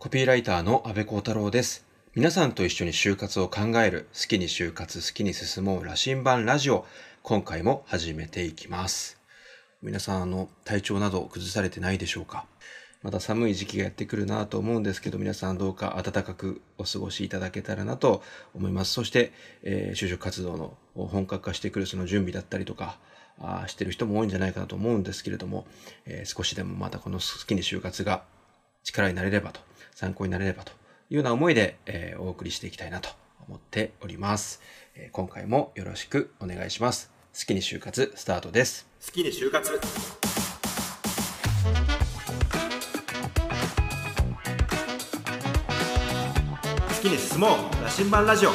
コピーライターの安部光太郎です。皆さんと一緒に就活を考える、好きに就活、好きに進もう羅針盤ラジオ、今回も始めていきます。皆さん、体調など崩されてないでしょうか？また寒い時期がやってくるなと思うんですけど、皆さんどうか暖かくお過ごしいただけたらなと思います。そして、就職活動の本格化してくるその準備だったりとか、してる人も多いんじゃないかなと思うんですけれども、少しでもまたこの好きに就活が力になれればと、参考になれればというような思いで、お送りしていきたいなと思っております。今回もよろしくお願いします。好きに就活スタートです。 好きに就活。好きに進もう羅針盤ラジオ。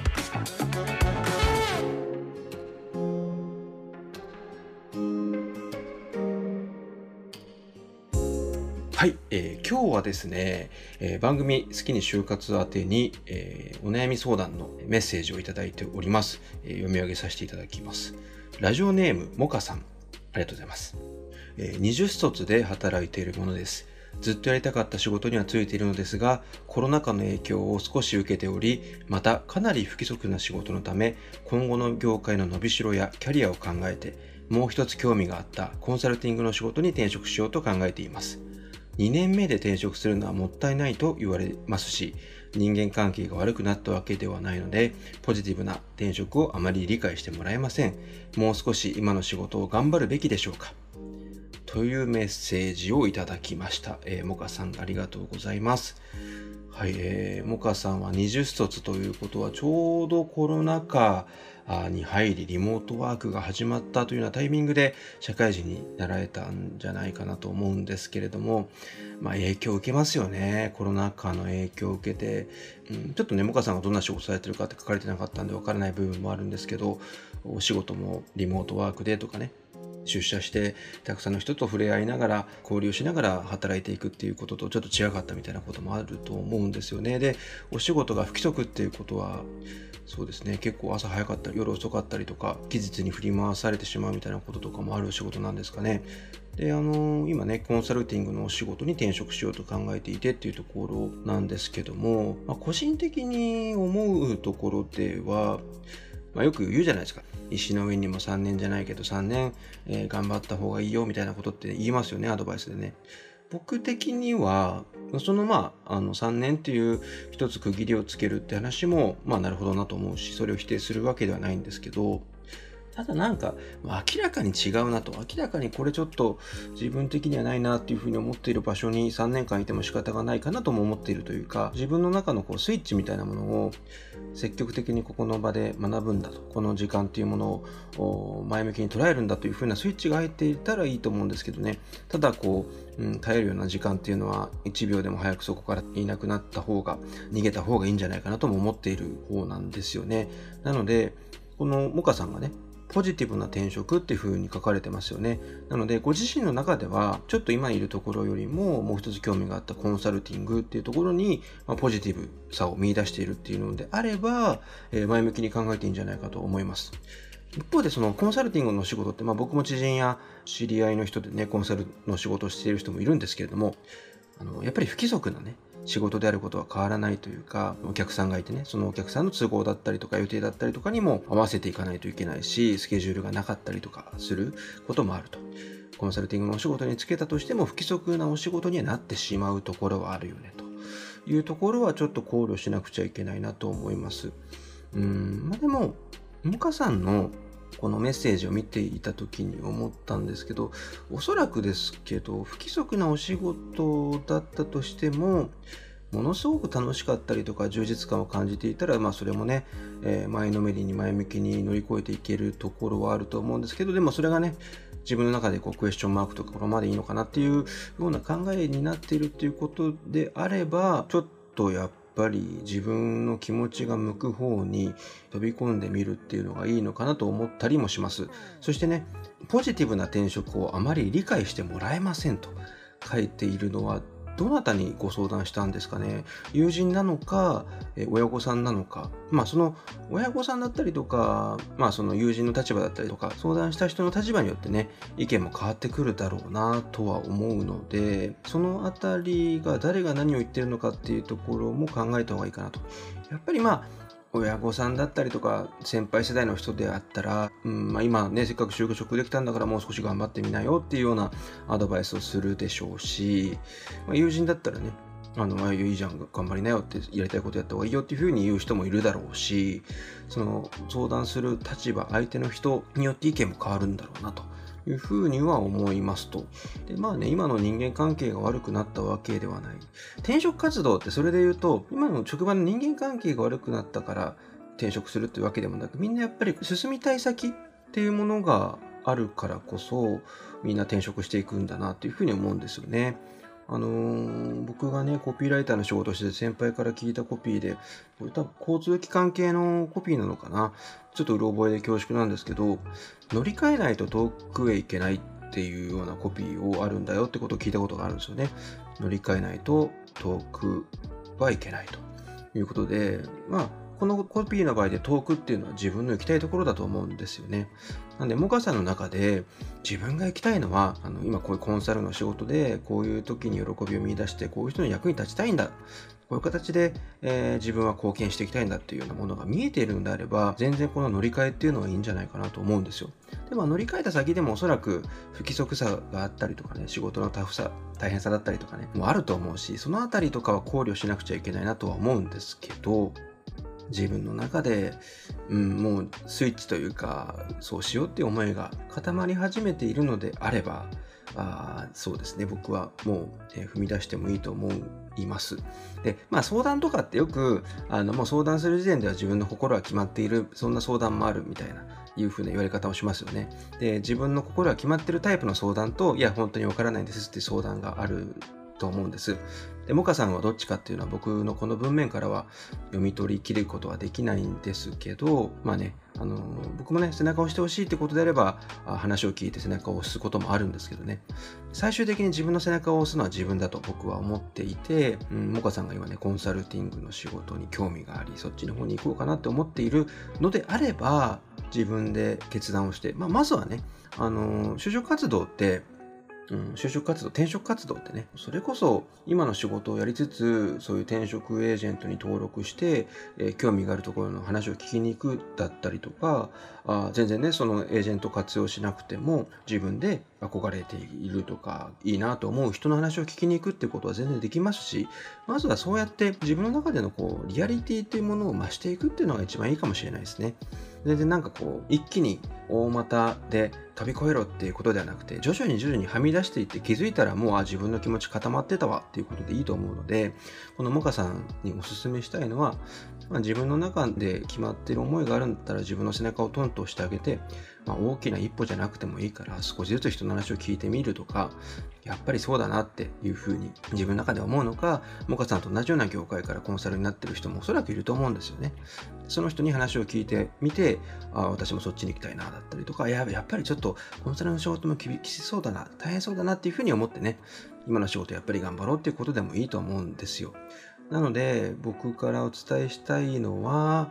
はい、今日はですね、番組好きに就活宛てに、お悩み相談のメッセージをいただいております。読み上げさせていただきます。ラジオネームモカさん、ありがとうございます。20卒で働いているものです。ずっとやりたかった仕事にはついているのですが、コロナ禍の影響を少し受けており、またかなり不規則な仕事のため、今後の業界の伸びしろやキャリアを考えて、もう一つ興味があったコンサルティングの仕事に転職しようと考えています。2年目で転職するのはもったいないと言われますし、人間関係が悪くなったわけではないので、ポジティブな転職をあまり理解してもらえません。もう少し今の仕事を頑張るべきでしょうか？というメッセージをいただきました。モカさんありがとうございます。はい、モカさんは20卒ということはちょうどコロナ禍に入りリモートワークが始まったというようなタイミングで社会人になられたんじゃないかなと思うんですけれども、影響を受けますよね。コロナ禍の影響を受けて、ちょっとね、モカさんがどんな仕事されてるかって書かれてなかったんでわからない部分もあるんですけど、お仕事もリモートワークでとかね、出社してたくさんの人と触れ合いながら交流しながら働いていくっていうこととちょっと違かったみたいなこともあると思うんですよね。で、お仕事が不規則っていうことはそうですね、結構朝早かったり夜遅かったりとか期日に振り回されてしまうみたいなこととかもある仕事なんですかね。で、今ね、コンサルティングのお仕事に転職しようと考えていてっていうところなんですけども、個人的に思うところでは、よく言うじゃないですか。石の上にも3年じゃないけど3年、頑張った方がいいよみたいなことって言いますよね、アドバイスでね。僕的には、その3年っていう一つ区切りをつけるって話も、なるほどなと思うし、それを否定するわけではないんですけど、ただなんか、明らかに違うなと、明らかにこれちょっと自分的にはないなっていうふうに思っている場所に3年間いても仕方がないかなとも思っているというか、自分の中のスイッチみたいなものを積極的にここの場で学ぶんだと、この時間っていうものを前向きに捉えるんだというふうなスイッチが入っていたらいいと思うんですけどね。ただ耐えるような時間っていうのは1秒でも早くそこからいなくなった方が、逃げた方がいいんじゃないかなとも思っている方なんですよね。なので、このモカさんがね、ポジティブな転職っていう風に書かれてますよね。なので、ご自身の中では、ちょっと今いるところよりも、もう一つ興味があったコンサルティングっていうところに、ポジティブさを見出しているっていうのであれば、前向きに考えていいんじゃないかと思います。一方で、そのコンサルティングの仕事って、僕も知人や知り合いの人でね、コンサルの仕事をしている人もいるんですけれども、やっぱり不規則なね、仕事であることは変わらないというか、お客さんがいてね、そのお客さんの都合だったりとか予定だったりとかにも合わせていかないといけないし、スケジュールがなかったりとかすることもあると。コンサルティングのお仕事に就けたとしても不規則なお仕事にはなってしまうところはあるよねというところはちょっと考慮しなくちゃいけないなと思います。でも、モカさんのこのメッセージを見ていた時に思ったんですけど、おそらくですけど不規則なお仕事だったとしてもものすごく楽しかったりとか充実感を感じていたら、それもね、前のめりに前向きに乗り越えていけるところはあると思うんですけど、でもそれがね、自分の中でクエスチョンマークとかこれまでいいのかなっていうような考えになっているっていうことであれば、ちょっとやっぱり自分の気持ちが向く方に飛び込んでみるっていうのがいいのかなと思ったりもします。そしてね、ポジティブな転職をあまり理解してもらえませんと書いているのはどなたにご相談したんですかね。友人なのか、親御さんなのか。その親御さんだったりとか、その友人の立場だったりとか、相談した人の立場によってね、意見も変わってくるだろうなとは思うので、そのあたりが誰が何を言ってるのかっていうところも考えた方がいいかなと。やっぱり親御さんだったりとか先輩世代の人であったら、今ね、せっかく就職できたんだからもう少し頑張ってみなよっていうようなアドバイスをするでしょうし、友人だったらね、いいじゃん、頑張りなよって、やりたいことやった方がいいよっていうふうに言う人もいるだろうし、その相談する立場、相手の人によって意見も変わるんだろうなというふうには思いますと。で、今の人間関係が悪くなったわけではない。転職活動ってそれで言うと、今の職場の人間関係が悪くなったから転職するというわけでもなく、みんなやっぱり進みたい先っていうものがあるからこそ、みんな転職していくんだなっていうふうに思うんですよね。僕がね、コピーライターの仕事をして先輩から聞いたコピーで、これ多分交通機関系のコピーなのかな。ちょっとうろ覚えで恐縮なんですけど、乗り換えないと遠くへ行けないっていうようなコピーをあるんだよってことを聞いたことがあるんですよね。乗り換えないと遠くは行けないということで、このコピーの場合で遠くっていうのは自分の行きたいところだと思うんですよね。なんで、モカさんの中で自分が行きたいのは、今こういうコンサルの仕事で、こういう時に喜びを見出して、こういう人の役に立ちたいんだ。こういう形で、自分は貢献していきたいんだっていうようなものが見えているのであれば、全然この乗り換えっていうのはいいんじゃないかなと思うんですよ。で、乗り換えた先でもおそらく不規則さがあったりとかね、仕事のタフさ、大変さだったりとかね、もうあると思うし、そのあたりとかは考慮しなくちゃいけないなとは思うんですけど、自分の中で、もうスイッチというか、そうしようっていう思いが固まり始めているのであれば、そうですね、僕はもう、踏み出してもいいと思います。で、相談とかってよく、もう相談する時点では自分の心は決まっている、そんな相談もあるみたいな、いう風な言われ方をしますよね。で、自分の心は決まってるタイプの相談と、いや、本当にわからないんですっていう相談があると思うんです。で、モカさんはどっちかっていうのは僕のこの文面からは読み取り切ることはできないんですけど、僕もね、背中を押してほしいってことであれば、話を聞いて背中を押すこともあるんですけどね、最終的に自分の背中を押すのは自分だと僕は思っていて、モカさんが今ね、コンサルティングの仕事に興味があり、そっちの方に行こうかなって思っているのであれば、自分で決断をして、まずはね、就職活動って、就職活動、転職活動ってね、それこそ今の仕事をやりつつ、そういう転職エージェントに登録して、興味があるところの話を聞きに行くだったりとか、全然ね、そのエージェント活用しなくても、自分で憧れているとか、いいなと思う人の話を聞きに行くってことは全然できますし、まずはそうやって自分の中でのリアリティっていうものを増していくっていうのが一番いいかもしれないですね。全然一気に大股で飛び越えろっていうことではなくて、徐々にはみ出していって気づいたらもう自分の気持ち固まってたわっていうことでいいと思うので、このモカさんにお勧めしたいのは、自分の中で決まっている思いがあるんだったら自分の背中をトンと押してあげて、大きな一歩じゃなくてもいいから少しずつ人の話を聞いてみるとか、やっぱりそうだなっていうふうに自分の中で思うのか、モカさんと同じような業界からコンサルになってる人もおそらくいると思うんですよね。その人に話を聞いてみて、私もそっちに行きたいなだったりとか、やっぱりちょっとコンサルの仕事も厳しそうだな、大変そうだなっていうふうに思ってね、今の仕事やっぱり頑張ろうっていうことでもいいと思うんですよ。なので僕からお伝えしたいのは、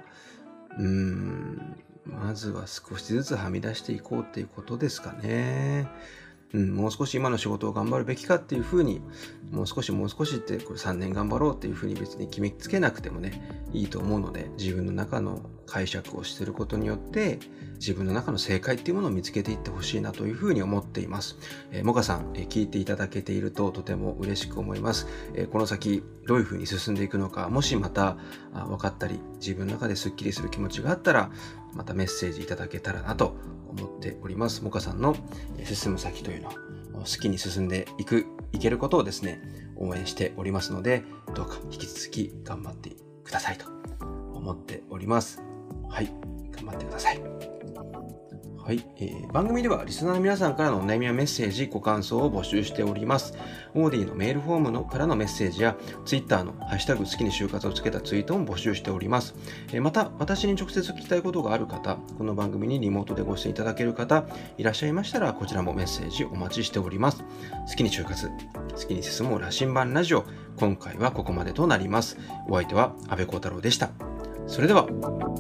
まずは少しずつはみ出していこうっていうことですかね。もう少し今の仕事を頑張るべきかっていうふうに、もう少しってこれ3年頑張ろうっていうふうに別に決めつけなくてもね、いいと思うので、自分の中の解釈をしていることによって自分の中の正解っていうものを見つけていってほしいなというふうに思っています。モカさん、聞いていただけているととても嬉しく思います。この先どういうふうに進んでいくのか、もしまた分かったり自分の中ですっきりする気持ちがあったら、またメッセージいただけたらなと思っております。モカさんの進む先というのを好きに進んでいけることをですね、応援しておりますので、どうか引き続き頑張ってくださいと思っております。はい、頑張ってください。 はい、番組ではリスナーの皆さんからのお悩みやメッセージ、ご感想を募集しております。オーディのメールフォームからのメッセージや、ツイッターのハッシュタグ好きに就活をつけたツイートも募集しております。また、私に直接聞きたいことがある方、この番組にリモートでご出演いただける方、いらっしゃいましたら、こちらもメッセージお待ちしております。好きに就活、好きに進もう羅針盤ラジオ、今回はここまでとなります。お相手は阿部幸太郎でした。それでは。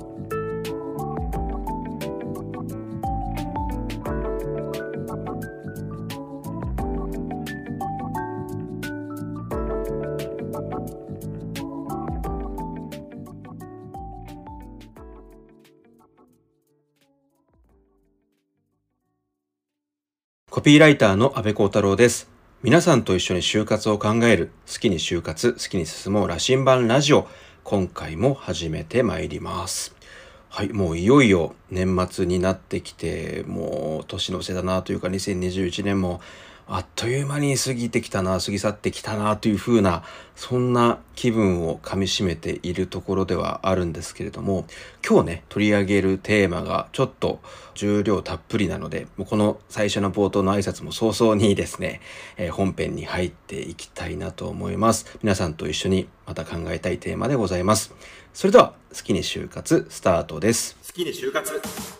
コピーライターの阿部幸太郎です。皆さんと一緒に就活を考える、好きに就活、好きに進もう羅針盤ラジオ、今回も始めてまいります。はい、もういよいよ年末になってきて、もう年の瀬だなというか、2021年もあっという間に過ぎ去ってきたなという風な、そんな気分をかみしめているところではあるんですけれども、今日ね、取り上げるテーマがちょっと重量たっぷりなので、もうこの最初の冒頭の挨拶も早々にですね、本編に入っていきたいなと思います。皆さんと一緒にまた考えたいテーマでございます。それでは、好きに就活スタートです。 好きに就活。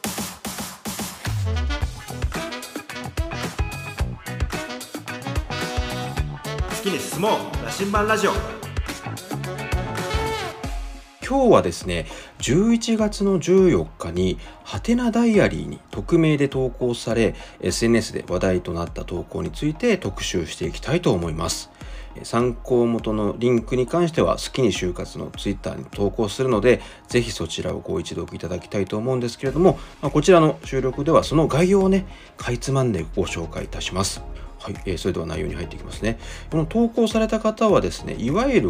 好きに進もう羅針盤ラジオ。 今日はですね、11月の14日にハテナダイアリーに匿名で投稿され SNS で話題となった投稿について特集していきたいと思います。参考元のリンクに関しては好きに就活のツイッターに投稿するので、ぜひそちらをご一読いただきたいと思うんですけれども、こちらの収録ではその概要をね、かいつまんでご紹介いたします。はい、それでは内容に入っていきますね。この投稿された方はですね、いわゆる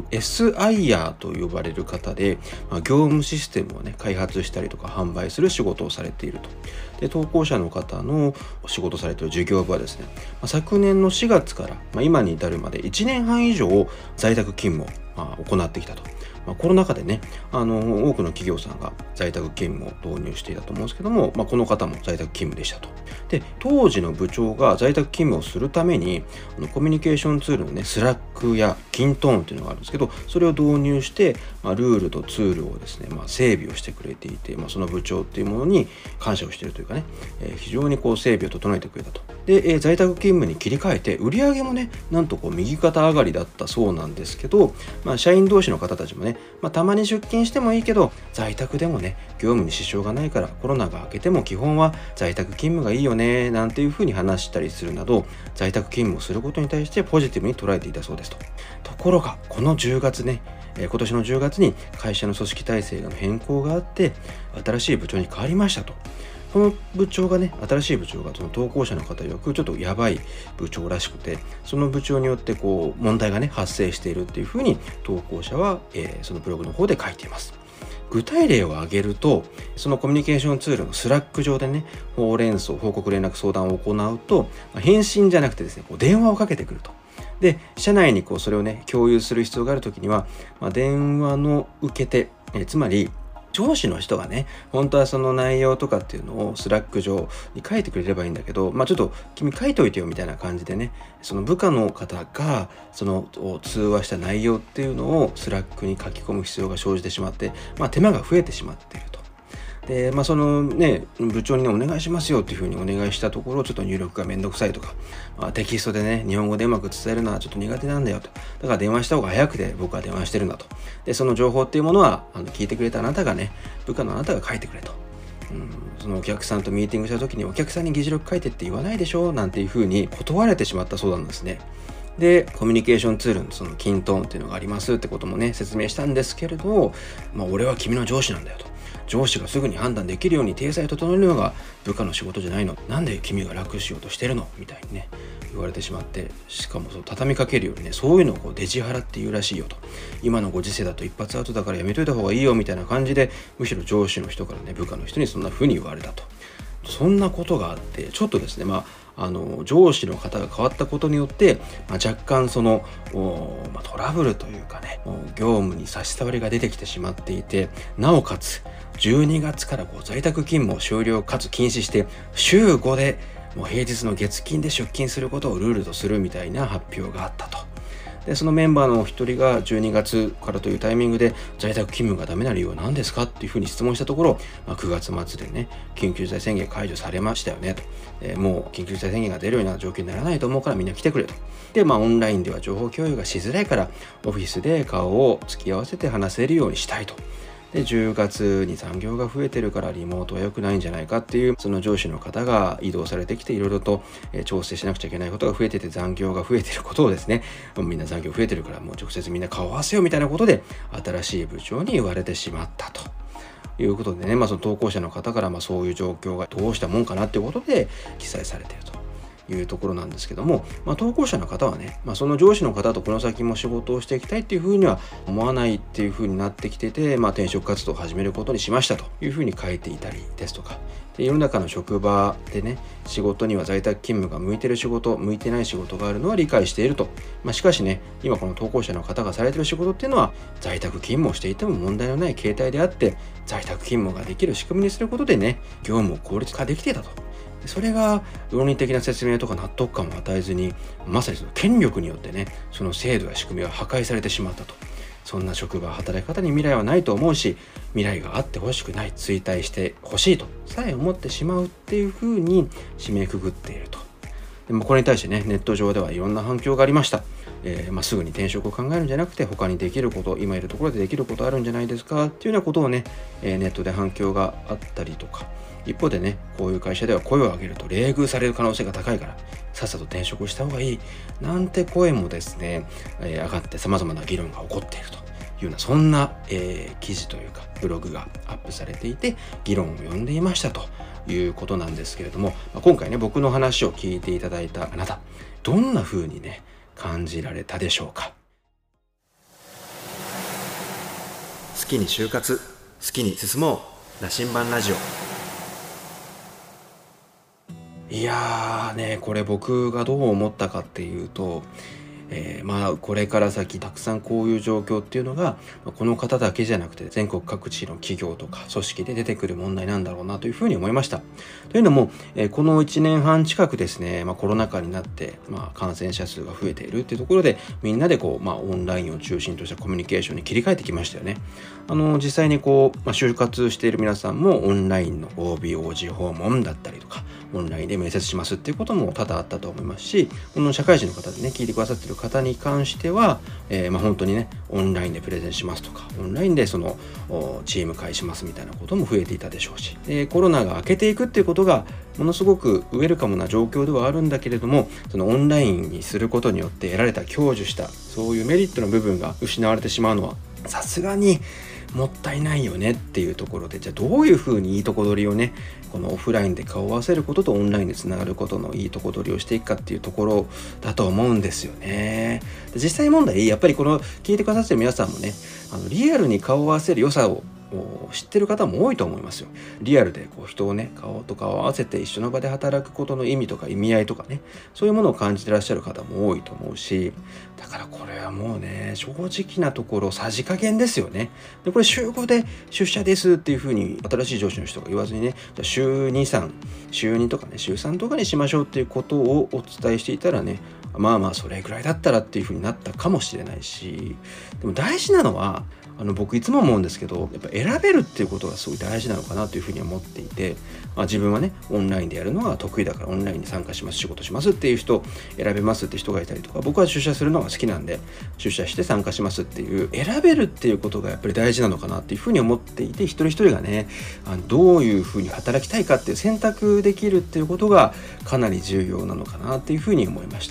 SIR と呼ばれる方で、業務システムをね、開発したりとか販売する仕事をされていると。で、投稿者の方の仕事されている事業部はですね、昨年の4月から今に至るまで1年半以上在宅勤務を行ってきたと。コロナ禍でね、多くの企業さんが在宅勤務を導入していたと思うんですけども、この方も在宅勤務でしたと。で、当時の部長が在宅勤務をするために、コミュニケーションツールのね、スラックやキントーンっていうのがあるんですけど、それを導入して、ルールとツールをですね、整備をしてくれていて、その部長っていうものに感謝をしているというかね、非常に整備を整えてくれたと。で、在宅勤務に切り替えて、売上もね、なんと右肩上がりだったそうなんですけど、社員同士の方たちもね、たまに出勤してもいいけど、在宅でもね、業務に支障がないから、コロナが明けても基本は在宅勤務がいいよね、なんていうふうに話したりするなど、在宅勤務をすることに対してポジティブに捉えていたそうですと。ところが、この10月ね、今年の10月に会社の組織体制の変更があって、新しい部長に変わりましたと。この部長がね、新しい部長がその投稿者の方曰くちょっとやばい部長らしくて、その部長によって問題がね発生しているっていうふうに投稿者は、そのブログの方で書いています。具体例を挙げると、そのコミュニケーションツールのスラック上でね、報告連絡相談を行うと、返信じゃなくてですね、電話をかけてくると。で、社内にそれをね共有する必要があるときには、電話の受け手、つまり上司の人がね、本当はその内容とかっていうのをスラック上に書いてくれればいいんだけど、ちょっと君書いといてよみたいな感じでね、その部下の方がその通話した内容っていうのをスラックに書き込む必要が生じてしまって、手間が増えてしまっていると。で、そのね、部長にね、お願いしますよっていうふうにお願いしたところ、ちょっと入力がめんどくさいとか、テキストでね、日本語でうまく伝えるのはちょっと苦手なんだよと。だから電話した方が早くて僕は電話してるんだと。で、その情報っていうものは、聞いてくれたあなたがね、部下のあなたが書いてくれと。そのお客さんとミーティングした時にお客さんに議事録書いてって言わないでしょなんていうふうに断られてしまったそうなんですね。で、コミュニケーションツールのそのキントーンっていうのがありますってこともね、説明したんですけれど、俺は君の上司なんだよと。上司がすぐに判断できるように体裁を整えるのが部下の仕事じゃないの。なんで君が楽しようとしてるのみたいにね、言われてしまって、しかも畳みかけるようにね、そういうのをデジハラって言うらしいよと。今のご時世だと一発アウトだからやめといた方がいいよみたいな感じで、むしろ上司の人からね、部下の人にそんな風に言われたと。そんなことがあって、ちょっとですね、 上司の方が変わったことによって、若干そのトラブルというかね、業務に差し障りが出てきてしまっていて、なおかつ12月から在宅勤務を終了かつ禁止して、週5でもう平日の月金で出勤することをルールとするみたいな発表があったと。でそのメンバーのお一人が12月からというタイミングで在宅勤務がダメな理由は何ですかっていうふうに質問したところ、9月末でね緊急事態宣言解除されましたよねと、もう緊急事態宣言が出るような状況にならないと思うからみんな来てくれと。でオンラインでは情報共有がしづらいからオフィスで顔を突き合わせて話せるようにしたいと。で10月に残業が増えてるからリモートは良くないんじゃないかっていう、その上司の方が移動されてきていろいろと調整しなくちゃいけないことが増えてて、残業が増えてることをですね、みんな残業増えてるからもう直接みんな顔合わせよみたいなことで新しい部長に言われてしまったということでね、その投稿者の方からそういう状況がどうしたもんかなっていうことで記載されているというところなんですけども、投稿者の方はね、その上司の方とこの先も仕事をしていきたいっていうふうには思わないっていうふうになってきてて、転職活動を始めることにしましたというふうに書いていたりですとか、で世の中の職場でね、仕事には在宅勤務が向いてる仕事、向いてない仕事があるのは理解していると。しかしね、今この投稿者の方がされている仕事っていうのは在宅勤務をしていても問題のない形態であって、在宅勤務ができる仕組みにすることでね、業務を効率化できていたと。それが論理的な説明とか納得感を与えずに、まさにその権力によってね、その制度や仕組みが破壊されてしまったと。そんな職場、働き方に未来はないと思うし、未来があってほしくない、衰退してほしいとさえ思ってしまうっていうふうに締めくくっていると。でもこれに対してね、ネット上ではいろんな反響がありました。すぐに転職を考えるんじゃなくて、他にできること、今いるところでできることあるんじゃないですかっていうようなことをね、ネットで反響があったりとか、一方でね、こういう会社では声を上げると冷遇される可能性が高いからさっさと転職した方がいいなんて声もですね、上がって様々な議論が起こっているというような、そんな、記事というかブログがアップされていて、議論を呼んでいましたということなんですけれども、今回ね、僕の話を聞いていただいたあなた、どんな風にね感じられたでしょうか。 好きに就活、好きに進もう、羅針盤ラジオ。 いやーね、これ僕がどう思ったかっていうと、これから先たくさんこういう状況っていうのが、この方だけじゃなくて全国各地の企業とか組織で出てくる問題なんだろうなというふうに思いました。というのも、この1年半近くですね、コロナ禍になって、感染者数が増えているっていうところで、みんなでオンラインを中心としたコミュニケーションに切り替えてきましたよね。実際に就活している皆さんもオンラインの OB/OG 訪問だったりとか、オンラインで面接しますっていうことも多々あったと思いますし、この社会人の方でね、聞いてくださっている方に関しては、本当にね、オンラインでプレゼンしますとか、オンラインでそのチーム会しますみたいなことも増えていたでしょうし、コロナが明けていくっていうことがものすごくウェルカムな状況ではあるんだけれども、そのオンラインにすることによって得られた享受したそういうメリットの部分が失われてしまうのはさすがにもったいないよねっていうところで、じゃあどういうふうにいいとこ取りをね、このオフラインで顔を合わせることとオンラインでつながることのいいとこ取りをしていくかっていうところだと思うんですよね。で実際問題、やっぱりこの聞いてくださってる皆さんもね、リアルに顔を合わせる良さを知ってる方も多いと思いますよ。リアルで人をね、顔と顔を合わせて一緒の場で働くことの意味とか意味合いとかね、そういうものを感じてらっしゃる方も多いと思うし、だからこれはもうね、正直なところさじ加減ですよね。でこれ週5で出社ですっていうふうに新しい上司の人が言わずにね、じゃあ週2、3、週2とかね、週3とかにしましょうっていうことをお伝えしていたらね、それぐらいだったらっていうふうになったかもしれないし、でも大事なのは僕いつも思うんですけど、やっぱ選べるっていうことがすごい大事なのかなというふうに思っていて、自分はねオンラインでやるのが得意だからオンラインに参加します、仕事しますっていう人、選べますって人がいたりとか、僕は出社するのが好きなんで出社して参加しますっていう選べるっていうことがやっぱり大事なのかなっていうふうに思っていて、一人一人がねどういうふうに働きたいかっていう選択できるっていうことがかなり重要なのかなっていうふうに思いました。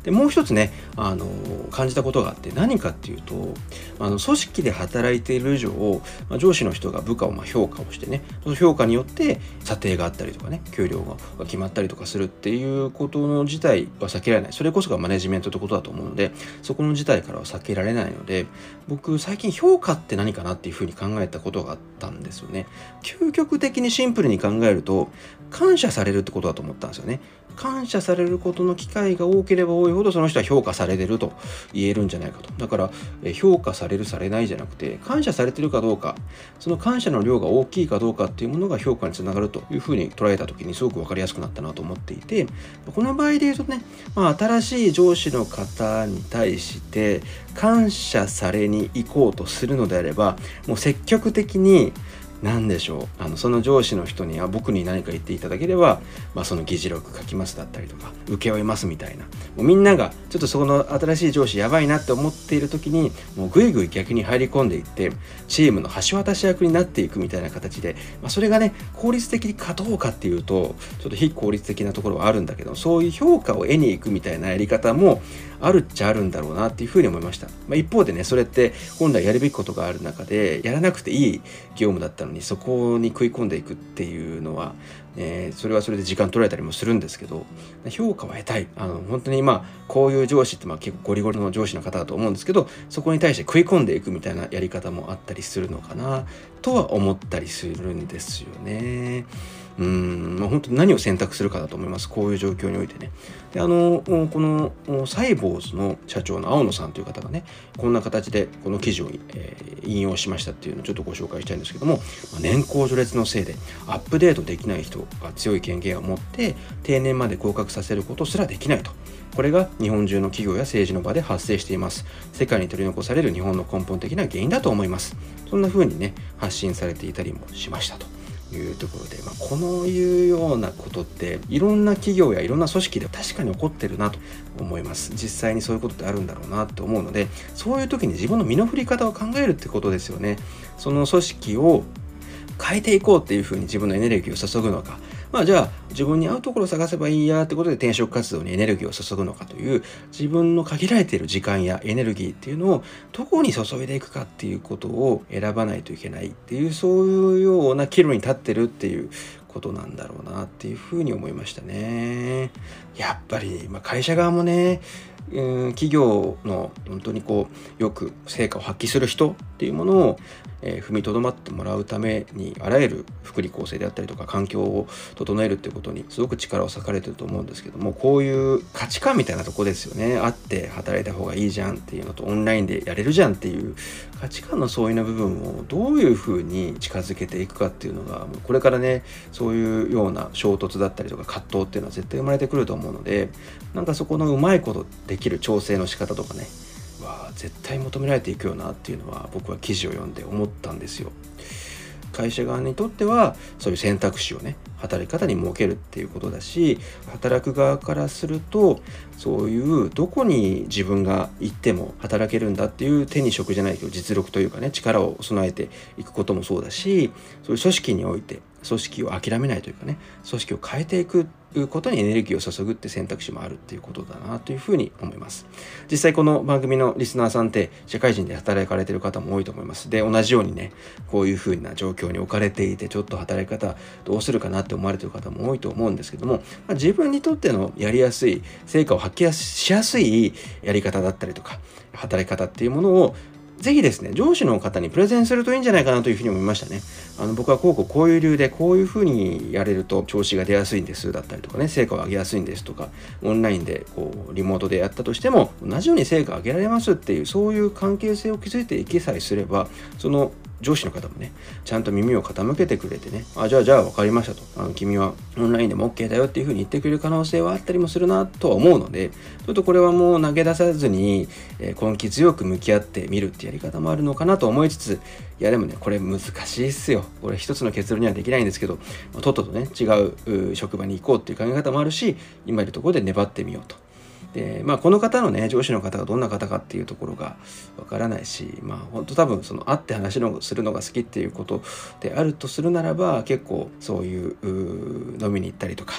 でもう一つね感じたことがあって、何かっていうと組織で働いている以上、上司の人が部下を評価をしてね、その評価によって査定があったりとかね、給料が決まったりとかするっていうことの自体は避けられない。それこそがマネジメントってことだと思うので、そこの事態からは避けられないので、僕最近評価って何かなっていうふうに考えたことがあったんですよね。究極的にシンプルに考えると、感謝されるってことだと思ったんですよね。感謝されることの機会が多ければ多いほど、その人は評価されてると言えるんじゃないかと。だから評価されるされないじゃなくて、感謝されてるかどうか、その感謝の量が大きいかどうかっていうものが評価につながるというふうに捉えた時に、すごく分かりやすくなったなと思っていて、この場合で言うとね、新しい上司の方に対して感謝されに行こうとするのであれば、もう積極的に何でしょう、その上司の人に僕に何か言っていただければ、その議事録書きますだったりとか請け負いますみたいな、もうみんながちょっとその新しい上司やばいなって思っている時に、もうぐいぐい逆に入り込んでいってチームの橋渡し役になっていくみたいな形で、それがね効率的かどうかっていうとちょっと非効率的なところはあるんだけど、そういう評価を得に行くみたいなやり方もあるっちゃあるんだろうなっていうふうに思いました。一方でね、それって本来やるべきことがある中でやらなくていい業務だったのに、そこに食い込んでいくっていうのは、それはそれで時間取られたりもするんですけど、評価は得たい。本当にこういう上司って結構ゴリゴリの上司の方だと思うんですけど、そこに対して食い込んでいくみたいなやり方もあったりするのかなとは思ったりするんですよね。本当に何を選択するかだと思います。こういう状況においてね。でこのサイボーズの社長の青野さんという方がね、こんな形でこの記事を、引用しましたっていうのをちょっとご紹介したいんですけども、年功序列のせいでアップデートできない人が強い権限を持って定年まで降格させることすらできないと。これが日本中の企業や政治の場で発生しています。世界に取り残される日本の根本的な原因だと思います。そんな風にね発信されていたりもしましたというところで、このいうようなことっていろんな企業やいろんな組織で確かに起こってるなと思います。実際にそういうことってあるんだろうなと思うので、そういう時に自分の身の振り方を考えるってことですよね。その組織を変えていこうっていうふうに自分のエネルギーを注ぐのか、じゃあ自分に合うところを探せばいいやってことで転職活動にエネルギーを注ぐのかという、自分の限られている時間やエネルギーっていうのをどこに注いでいくかっていうことを選ばないといけないっていう、そういうような岐路に立ってるっていうことなんだろうなっていうふうに思いましたね。やっぱり会社側もね、企業の本当によく成果を発揮する人っていうものを、踏みとどまってもらうために、あらゆる福利厚生であったりとか環境を整えるっていうことにすごく力を割かれてると思うんですけども、こういう価値観みたいなとこですよね。会って働いた方がいいじゃんっていうのと、オンラインでやれるじゃんっていう価値観の相違な部分をどういうふうに近づけていくかっていうのが、これからねそういうような衝突だったりとか葛藤っていうのは絶対生まれてくると思うので、そこのうまいことできる調整の仕方とかねは絶対求められていくよなっていうのは、僕は記事を読んで思ったんですよ。会社側にとってはそういう選択肢をね働き方に設けるっていうことだし、働く側からするとそういうどこに自分が行っても働けるんだっていう手に職じゃないけど実力というかね、力を備えていくこともそうだし、そういう組織において組織を諦めないというかね、組織を変えていくことにエネルギーを注ぐって選択肢もあるっていうことだなというふうに思います。実際この番組のリスナーさんって社会人で働かれている方も多いと思います。で、同じようにねこういうふうな状況に置かれていて、ちょっと働き方どうするかなって思われている方も多いと思うんですけども、自分にとってのやりやすい、成果を発揮しやすいやり方だったりとか働き方っていうものをぜひですね上司の方にプレゼンするといいんじゃないかなというふうに思いましたね。僕はこういう理由でこういうふうにやれると調子が出やすいんですだったりとかね、成果を上げやすいんですとか、オンラインでリモートでやったとしても同じように成果を上げられますっていう、そういう関係性を築いていきさえすれば、その上司の方もねちゃんと耳を傾けてくれてね、じゃあ分かりましたと、君はオンラインでも OK だよっていうふうに言ってくれる可能性はあったりもするなとは思うので、ちょっとこれはもう投げ出さずに根気強く向き合ってみるってやり方もあるのかなと思いつつ、いやでもねこれ難しいっすよ。これ一つの結論にはできないんですけど、とっととね違う職場に行こうっていう考え方もあるし、今いるところで粘ってみようと。でこの方のね上司の方がどんな方かっていうところがわからないし、本当多分会って話をするのが好きっていうことであるとするならば、結構そういう飲みに行ったりとか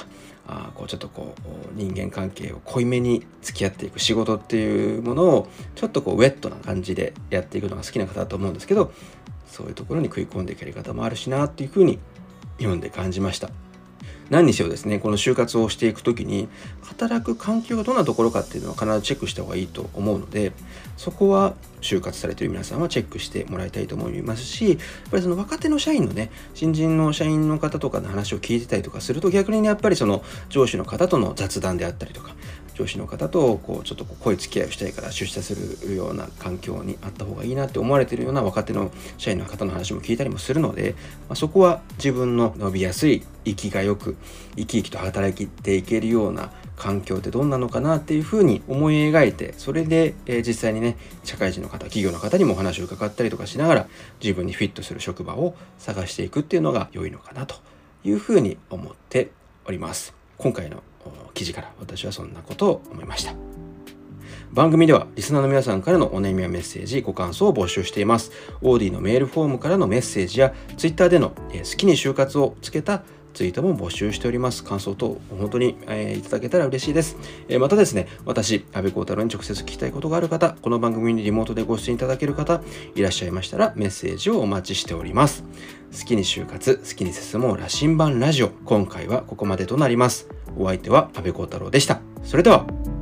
ちょっと人間関係を濃いめに付き合っていく仕事っていうものをちょっとウェットな感じでやっていくのが好きな方だと思うんですけど、そういうところに食い込んでいくやり方もあるしなっていうふうに読んで感じました。何にせよですね、この就活をしていくときに働く環境がどんなところかっていうのは必ずチェックした方がいいと思うので、そこは就活されている皆さんはチェックしてもらいたいと思いますし、やっぱりその若手の社員のね、新人の社員の方とかの話を聞いてたりとかすると、逆にねやっぱりその上司の方との雑談であったりとか、上司の方とちょっと濃い付き合いをしたいから出社するような環境にあった方がいいなって思われているような若手の社員の方の話も聞いたりもするので、そこは自分の伸びやすい、生きがよく生き生きと働いていけるような環境ってどんなのかなっていうふうに思い描いて、それで実際にね、社会人の方、企業の方にもお話を伺ったりとかしながら、自分にフィットする職場を探していくっていうのが良いのかなというふうに思っております。今回の記事から私はそんなことを思いました。番組ではリスナーの皆さんからのお悩みやメッセージ、ご感想を募集しています。オーディのメールフォームからのメッセージや、ツイッターでの好きに就活をつけたツイートも募集しております。感想等本当にいただけたら嬉しいです。またですね、私、安部孝太郎に直接聞きたいことがある方、この番組にリモートでご出演いただける方いらっしゃいましたら、メッセージをお待ちしております。好きに就活、好きに進もう羅針盤ラジオ。今回はここまでとなります。お相手は安部孝太郎でした。それでは。